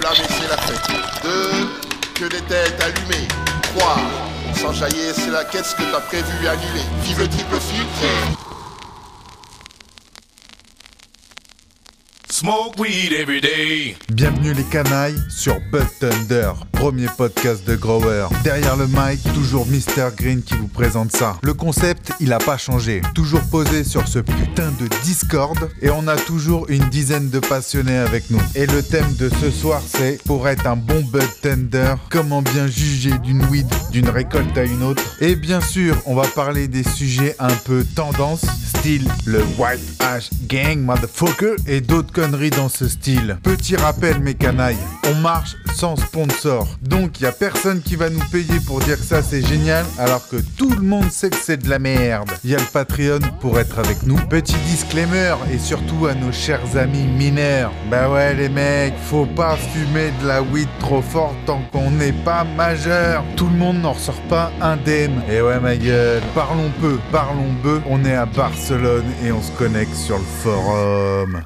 blâmer, c'est la fête. 2, que des têtes allumées. 3, sans jaillir, c'est la quête, ce que t'as prévu annuler. Vive le triple filtre. Smoke weed every day. Bienvenue les canailles sur Bud Thunder, premier podcast de Grower. Derrière le mic, toujours Mr Green qui vous présente ça. Le concept, il a pas changé. Toujours posé sur ce putain de Discord et on a toujours une dizaine de passionnés avec nous. Et le thème de ce soir, c'est pour être un bon Bud Thunder, comment bien juger d'une weed, d'une récolte à une autre. Et bien sûr, on va parler des sujets un peu tendance, style le White Ash Gang, motherfucker, et d'autres conneries dans ce style. Petit rappel mes canailles, on marche sans sponsor, donc y a personne qui va nous payer pour dire que ça c'est génial alors que tout le monde sait que c'est de la merde. Y a le Patreon pour être avec nous. Petit disclaimer et surtout à nos chers amis mineurs, bah ouais les mecs, faut pas fumer de la weed trop forte tant qu'on n'est pas majeur. Tout le monde n'en ressort pas indemne. Et ouais ma gueule, parlons peu, parlons peu, on est à Barcelone et on se connecte sur le forum.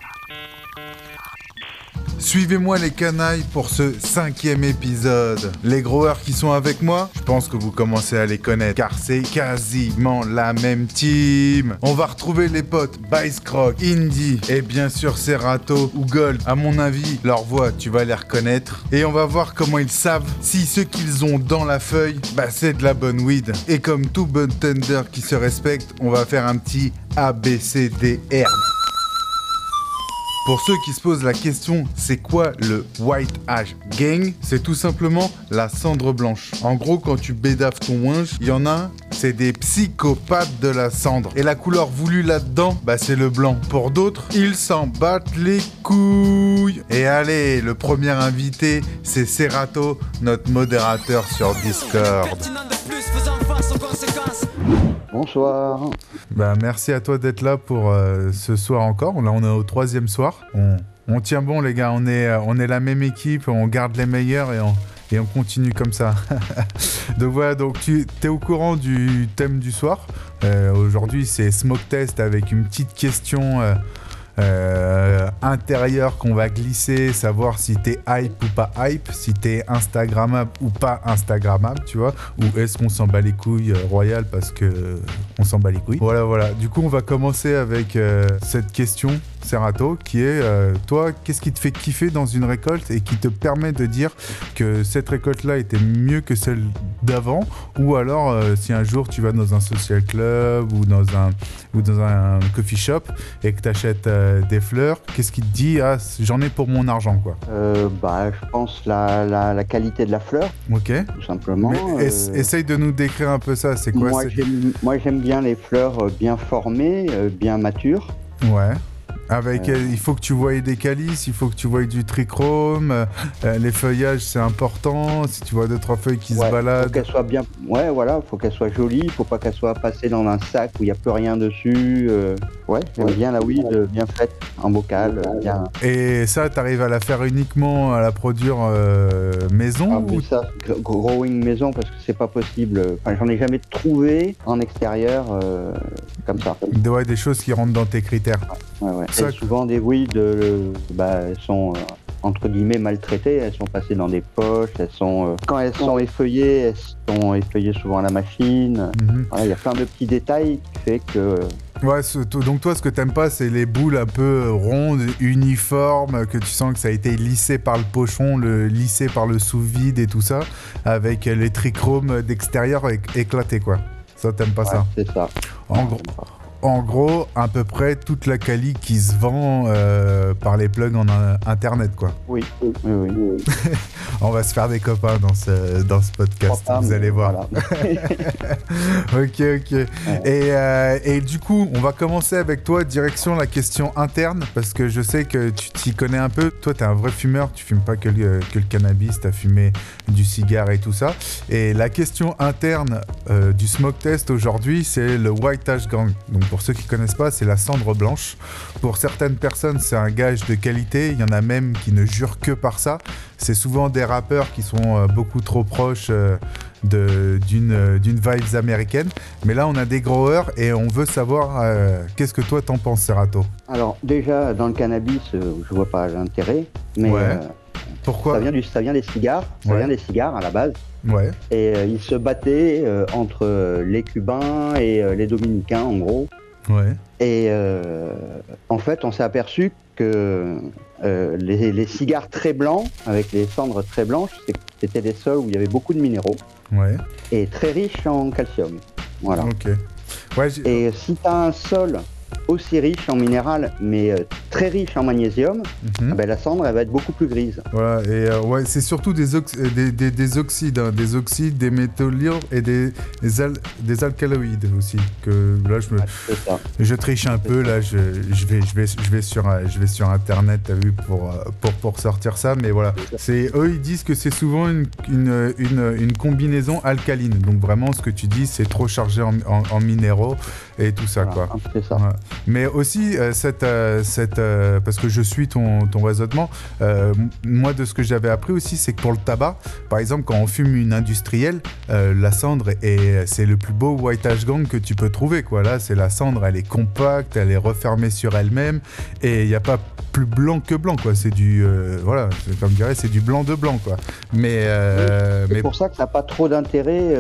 Suivez-moi les canailles pour ce 5e épisode. Les growers qui sont avec moi, je pense que vous commencez à les connaître car c'est quasiment la même team. On va retrouver les potes Bice Croc, Indie et bien sûr Serato ou Gold. À mon avis, leur voix, tu vas les reconnaître. Et on va voir comment ils savent si ce qu'ils ont dans la feuille, bah c'est de la bonne weed. Et comme tout Bud Thunder qui se respecte, on va faire un petit ABCDR. Pour ceux qui se posent la question, c'est quoi le White Ash Gang? C'est tout simplement la cendre blanche. En gros, quand tu bédaves ton winch, il y en a un, c'est des psychopathes de la cendre. Et la couleur voulue là-dedans, bah c'est le blanc. Pour d'autres, ils s'en battent les couilles. Et allez, le premier invité, c'est Serato, notre modérateur sur Discord. Bonsoir. Bah merci à toi d'être là pour ce soir encore. Là on est au 3e soir. On tient bon les gars, on est la même équipe, on garde les meilleurs et on continue comme ça. Donc voilà, donc tu es au courant du thème du soir. Aujourd'hui c'est Smoke Test avec une petite question intérieur qu'on va glisser, savoir si t'es hype ou pas hype, si t'es instagrammable ou pas instagrammable, tu vois, ou est-ce qu'on s'en bat les couilles royal parce que on s'en bat les couilles. Voilà. Du coup, on va commencer avec cette question, Serato, qui est toi, qu'est-ce qui te fait kiffer dans une récolte et qui te permet de dire que cette récolte-là était mieux que celle d'avant, ou alors si un jour tu vas dans un social club ou dans un coffee shop et que t'achètes des fleurs, qu'est-ce qui te dit j'en ai pour mon argent quoi? Je pense la qualité de la fleur. Ok. Tout simplement. Mais essaye de nous décrire un peu ça, c'est quoi? Moi j'aime bien les fleurs bien formées, bien matures. Ouais. Avec, il faut que tu voies des calices, il faut que tu voies du trichrome, les feuillages c'est important, si tu vois 2-3 feuilles qui se baladent. Faut qu'elles soient bien, faut qu'elles soient jolies, faut pas qu'elles soient passées dans un sac où il n'y a plus rien dessus. J'aime bien la weed bien faite, en bocal, bien. Et ça, t'arrives à la faire uniquement, à la produire maison ou ça, growing maison, parce que c'est pas possible. Enfin, j'en ai jamais trouvé en extérieur comme ça. Ouais, des choses qui rentrent dans tes critères. Ouais. Et souvent des weeds, elles sont entre guillemets maltraitées, elles sont passées dans des poches, quand elles sont effeuillées, elles sont effeuillées souvent à la machine. Il y a plein de petits détails qui fait que... Ouais, donc toi ce que t'aimes pas c'est les boules un peu rondes, uniformes, que tu sens que ça a été lissé par le pochon, lissé par le sous-vide et tout ça, avec les trichromes d'extérieur éclatés quoi. Ça t'aimes pas ça? C'est ça. En gros, à peu près toute la quali qui se vend par les plugs en internet, quoi. Oui. On va se faire des copains dans ce podcast, vous allez voir. Voilà. Ok. Ouais. Et du coup, on va commencer avec toi, direction la question interne, parce que je sais que tu t'y connais un peu. Toi, t'es un vrai fumeur, tu fumes pas que le cannabis, t'as fumé du cigare et tout ça. Et la question interne du smoke test aujourd'hui, c'est le White Ash Gang. Donc, pour ceux qui connaissent pas, c'est la cendre blanche. Pour certaines personnes, c'est un gage de qualité. Il y en a même qui ne jurent que par ça. C'est souvent des rappeurs qui sont beaucoup trop proches d'une vibes américaine. Mais là, on a des growers et on veut savoir qu'est-ce que toi t'en penses, Serato? Alors déjà, dans le cannabis, je vois pas l'intérêt, mais Pourquoi ? Ça vient des cigares. Ça vient des cigares à la base. Ouais. Et ils se battaient entre les Cubains et les Dominicains, en gros. Ouais. Et en fait, on s'est aperçu que les cigares très blancs, avec les cendres très blanches, c'était des sols où il y avait beaucoup de minéraux. Ouais. Et très riches en calcium. Voilà. Ok. Ouais, et si tu as un sol aussi riche en minéral, mais très riche en magnésium, la cendre elle va être beaucoup plus grise. Voilà, et c'est surtout des oxydes, hein, des oxydes, des métaux lourds et des alcaloïdes aussi. Que là, je triche un peu, là, je vais sur internet, t'as vu, pour sortir ça, mais voilà. Eux, ils disent que c'est souvent une combinaison alcaline. Donc vraiment, ce que tu dis, c'est trop chargé en minéraux et tout ça, voilà, quoi. C'est ça. Ouais. Mais aussi, parce que je suis ton raisonnement, moi, de ce que j'avais appris aussi, c'est que pour le tabac, par exemple, quand on fume une industrielle, la cendre, c'est le plus beau white hash gang que tu peux trouver, quoi. Là, c'est la cendre, elle est compacte, elle est refermée sur elle-même, et il n'y a pas plus blanc que blanc, quoi. C'est du, voilà, comme je dirais, c'est du blanc de blanc, quoi. C'est pour ça que ça n'a pas trop d'intérêt.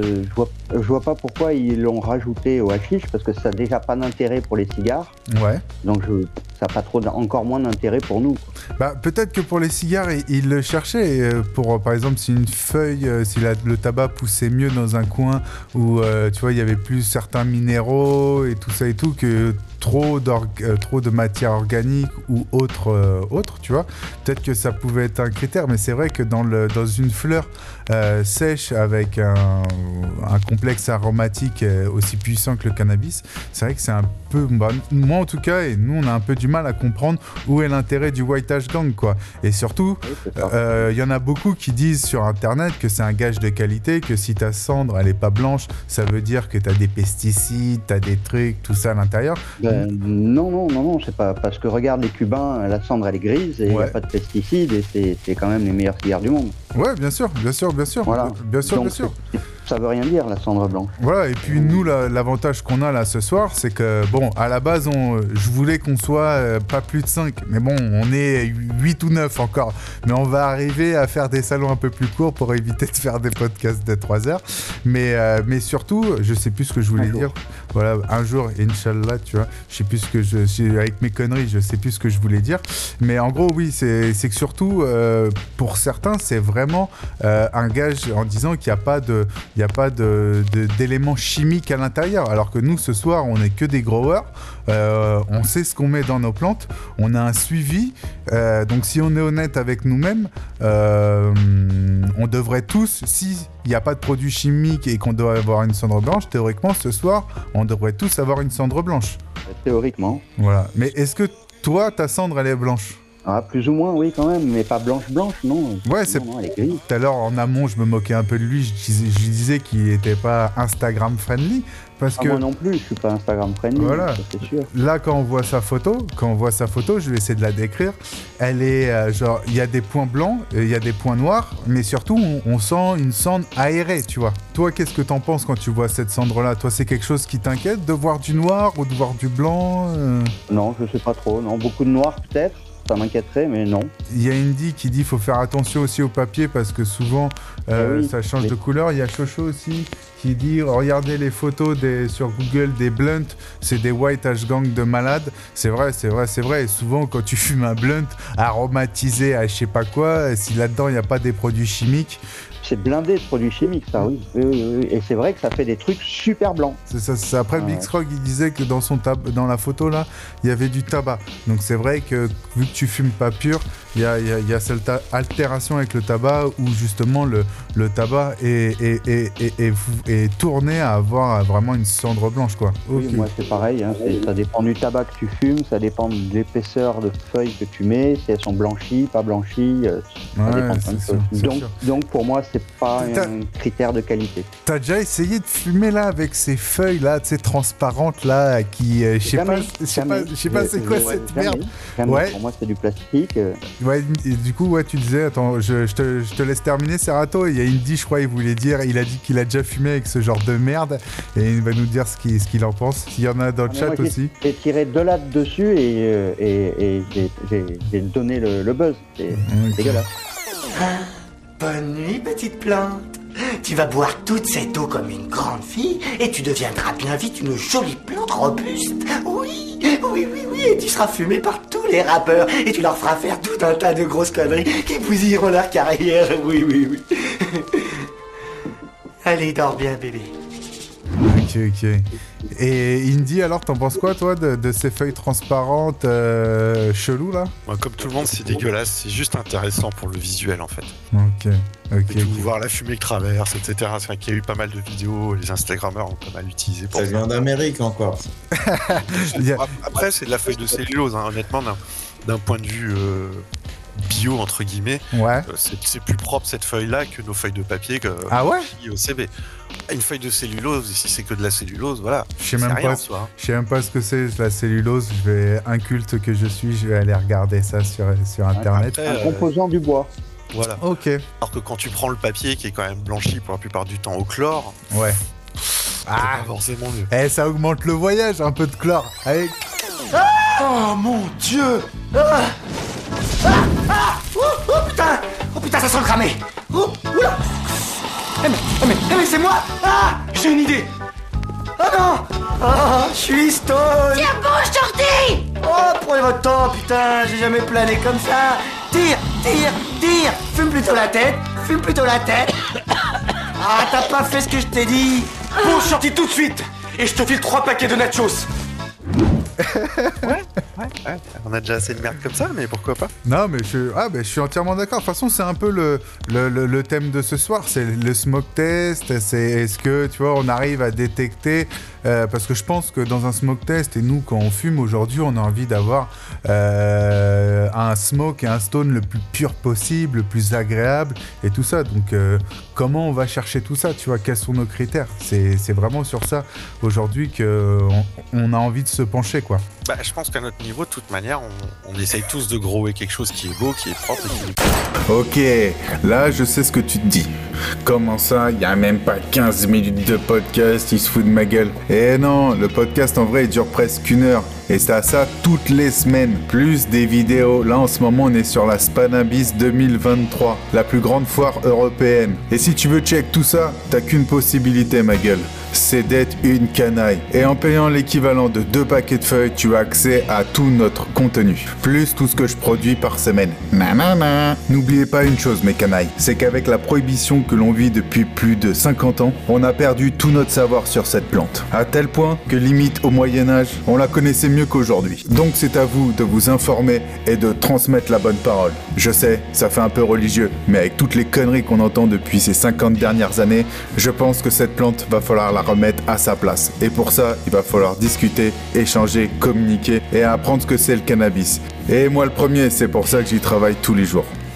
Je vois pas pourquoi ils l'ont rajouté au hashish, parce que ça n'a déjà pas d'intérêt pour les cigares. Ouais. Donc ça n'a pas encore moins d'intérêt pour nous, quoi. Bah, peut-être que pour les cigares, ils le cherchaient. Pour, par exemple, si une feuille, si le tabac poussait mieux dans un coin où, tu vois, il y avait plus certains minéraux et tout ça et tout, que trop de matière organique ou autre, tu vois. Peut-être que ça pouvait être un critère, mais c'est vrai que dans une fleur sèche avec un complexe aromatique aussi puissant que le cannabis, c'est vrai que c'est un peu... moi en tout cas, et nous on a un peu du mal à comprendre où est l'intérêt du white hash gang, quoi. Et surtout, y en a beaucoup qui disent sur internet que c'est un gage de qualité, que si ta cendre elle est pas blanche, ça veut dire que t'as des pesticides, t'as des trucs, tout ça à l'intérieur. Non, c'est pas parce que regarde les Cubains, la cendre elle est grise et il n'y a pas de pesticides et c'est quand même les meilleurs cigares du monde. Ouais, bien sûr. Voilà. Bien sûr. Ça veut rien dire, la cendre blanche. Voilà, et puis nous, l'avantage qu'on a là ce soir, c'est que, bon, à la base, je voulais qu'on soit pas plus de 5, mais bon, on est 8 ou 9 encore. Mais on va arriver à faire des salons un peu plus courts pour éviter de faire des podcasts de 3 heures. Mais surtout, je sais plus ce que je voulais dire. Voilà, un jour, Inch'Allah, tu vois, je sais plus ce que avec mes conneries, je sais plus ce que je voulais dire. Mais en gros, oui, c'est que surtout, pour certains, c'est vraiment un gage en disant qu'il n'y a pas d'éléments chimiques à l'intérieur. Alors que nous, ce soir, on n'est que des growers. On sait ce qu'on met dans nos plantes. On a un suivi. Donc, si on est honnête avec nous-mêmes, on devrait tous, s'il n'y a pas de produits chimiques et qu'on doit avoir une cendre blanche, théoriquement, ce soir, on devrait tous avoir une cendre blanche. Théoriquement. Voilà. Mais est-ce que toi, ta cendre, elle est blanche ? Ah, plus ou moins, oui, quand même, mais pas blanche, non. Ouais, non, elle est grise. Tout à l'heure, en amont, je me moquais un peu de lui. Je disais qu'il n'était pas Instagram friendly. Parce que... Moi non plus, je suis pas Instagram friendly, voilà. Ça, c'est sûr. Là, quand on voit sa photo, je vais essayer de la décrire. Elle est genre, il y a des points blancs, il y a des points noirs, mais surtout, on sent une cendre aérée, tu vois. Toi, qu'est-ce que t'en penses quand tu vois cette cendre-là ? Toi, c'est quelque chose qui t'inquiète de voir du noir ou de voir du blanc Non, je sais pas trop. Non, beaucoup de noir peut-être. Ça m'inquiéterait, mais non. Il y a Indy qui dit qu'il faut faire attention aussi au papier parce que souvent ça change de couleur. Il y a Chocho aussi qui dit regardez les photos sur Google des blunts, c'est des white hash gang de malades. C'est vrai. Et souvent quand tu fumes un blunt aromatisé à je sais pas quoi, si là-dedans il n'y a pas des produits chimiques. C'est blindé de produits chimiques, ça, oui. Et c'est vrai que ça fait des trucs super blancs. C'est ça. Après, Mixrog, il disait que dans la photo, là, il y avait du tabac. Donc, c'est vrai que, vu que tu fumes pas pur, il y a cette altération avec le tabac où, justement, le tabac est tourné à avoir vraiment une cendre blanche, quoi. Oui, moi, c'est pareil. Hein. Ça dépend du tabac que tu fumes, ça dépend de l'épaisseur de feuilles que tu mets, si elles sont blanchies, pas blanchies. Ça dépend de plein de choses. Donc, pour moi, c'est pas un critère de qualité. T'as déjà essayé de fumer là avec ces feuilles là, tu sais, transparentes là, qui, je sais pas, c'est quoi cette merde. Ouais. Pour moi, c'est du plastique. Ouais, et du coup, ouais, tu disais, attends, je te laisse terminer, Serato. Il y a Indy, je crois, il a dit qu'il a déjà fumé avec ce genre de merde, et il va nous dire ce qu'il en pense. S'il y en a dans le chat aussi. J'ai tiré 2 lattes dessus et j'ai donné le buzz. C'est dégueulasse. Bonne nuit, petite plante. Tu vas boire toute cette eau comme une grande fille et tu deviendras bien vite une jolie plante robuste. Oui, et tu seras fumé par tous les rappeurs et tu leur feras faire tout un tas de grosses conneries qui bousilleront leur carrière. Oui. Allez, dors bien, bébé. Ok. Et Indy, alors, t'en penses quoi, toi, de ces feuilles transparentes cheloues, là? Moi, comme tout le monde, c'est dégueulasse. C'est juste intéressant pour le visuel, en fait. Ok. Et tout, voir la fumée qui traverse, etc. C'est vrai qu'il y a eu pas mal de vidéos, les Instagrammeurs ont pas mal utilisé pour ça. Ça vient d'Amérique, encore. Après, c'est de la feuille de cellulose, hein, honnêtement, d'un point de vue bio, entre guillemets. Ouais. C'est plus propre, cette feuille-là, que nos feuilles de papier au CB. Une feuille de cellulose, si c'est que de la cellulose, voilà. Je sais même pas ce que c'est la cellulose. Inculte que je suis, je vais aller regarder ça sur Internet. Un composant du bois. Voilà. Ok. Alors que quand tu prends le papier, qui est quand même blanchi pour la plupart du temps au chlore, ouais. C'est pas forcément mieux. Ça augmente le voyage, un peu de chlore. Allez. Oh mon Dieu! Oh putain, ça sent le cramé! Oula! Mais c'est moi! J'ai une idée! Oh non! Je suis stone! Tiens, bouge, Shorty! Oh, prenez votre temps, putain, j'ai jamais plané comme ça! Tire! Fume plutôt la tête! T'as pas fait ce que je t'ai dit! Bouge, Shorty, tout de suite! Et je te file 3 paquets de nachos! Ouais. On a déjà assez de merde comme ça, mais pourquoi pas? Non, mais je suis entièrement d'accord. De toute façon, c'est un peu le thème de ce soir. C'est le smoke test. C'est est-ce que, tu vois, on arrive à détecter... parce que je pense que dans un smoke test, et nous, quand on fume aujourd'hui, on a envie d'avoir un smoke et un stone le plus pur possible, le plus agréable et tout ça. Donc, comment on va chercher tout ça? Tu vois, quels sont nos critères? C'est vraiment sur ça, aujourd'hui, qu'on a envie de se pencher, quoi. Je pense qu'à notre niveau, de toute manière, on essaye tous de grower quelque chose qui est beau, qui est propre et qui est... Ok, là, je sais ce que tu te dis. Comment ça, il y a même pas 15 minutes de podcast, il se fout de ma gueule. Eh non, le podcast, en vrai, il dure presque 1 heure. Et c'est à ça toutes les semaines, plus des vidéos. Là, en ce moment, on est sur la Spannabis 2023, la plus grande foire européenne. Et si tu veux check tout ça, t'as qu'une possibilité, ma gueule. C'est d'être une canaille. Et en payant l'équivalent de 2 paquets de feuilles, tu as accès à tout notre contenu, plus tout ce que je produis par semaine. Nanana. N'oubliez pas une chose, mes canailles, c'est qu'avec la prohibition que l'on vit depuis plus de 50 ans, on a perdu tout notre savoir sur cette plante. À tel point que limite au Moyen-Âge, on la connaissait mieux qu'aujourd'hui. Donc c'est à vous de vous informer et de transmettre la bonne parole. Je sais, ça fait un peu religieux, mais avec toutes les conneries qu'on entend depuis ces 50 dernières années, je pense que cette plante va falloir la remettre à sa place. Et pour ça, il va falloir discuter, échanger, communiquer et apprendre ce que c'est le cannabis. Et moi le premier, c'est pour ça que j'y travaille tous les jours.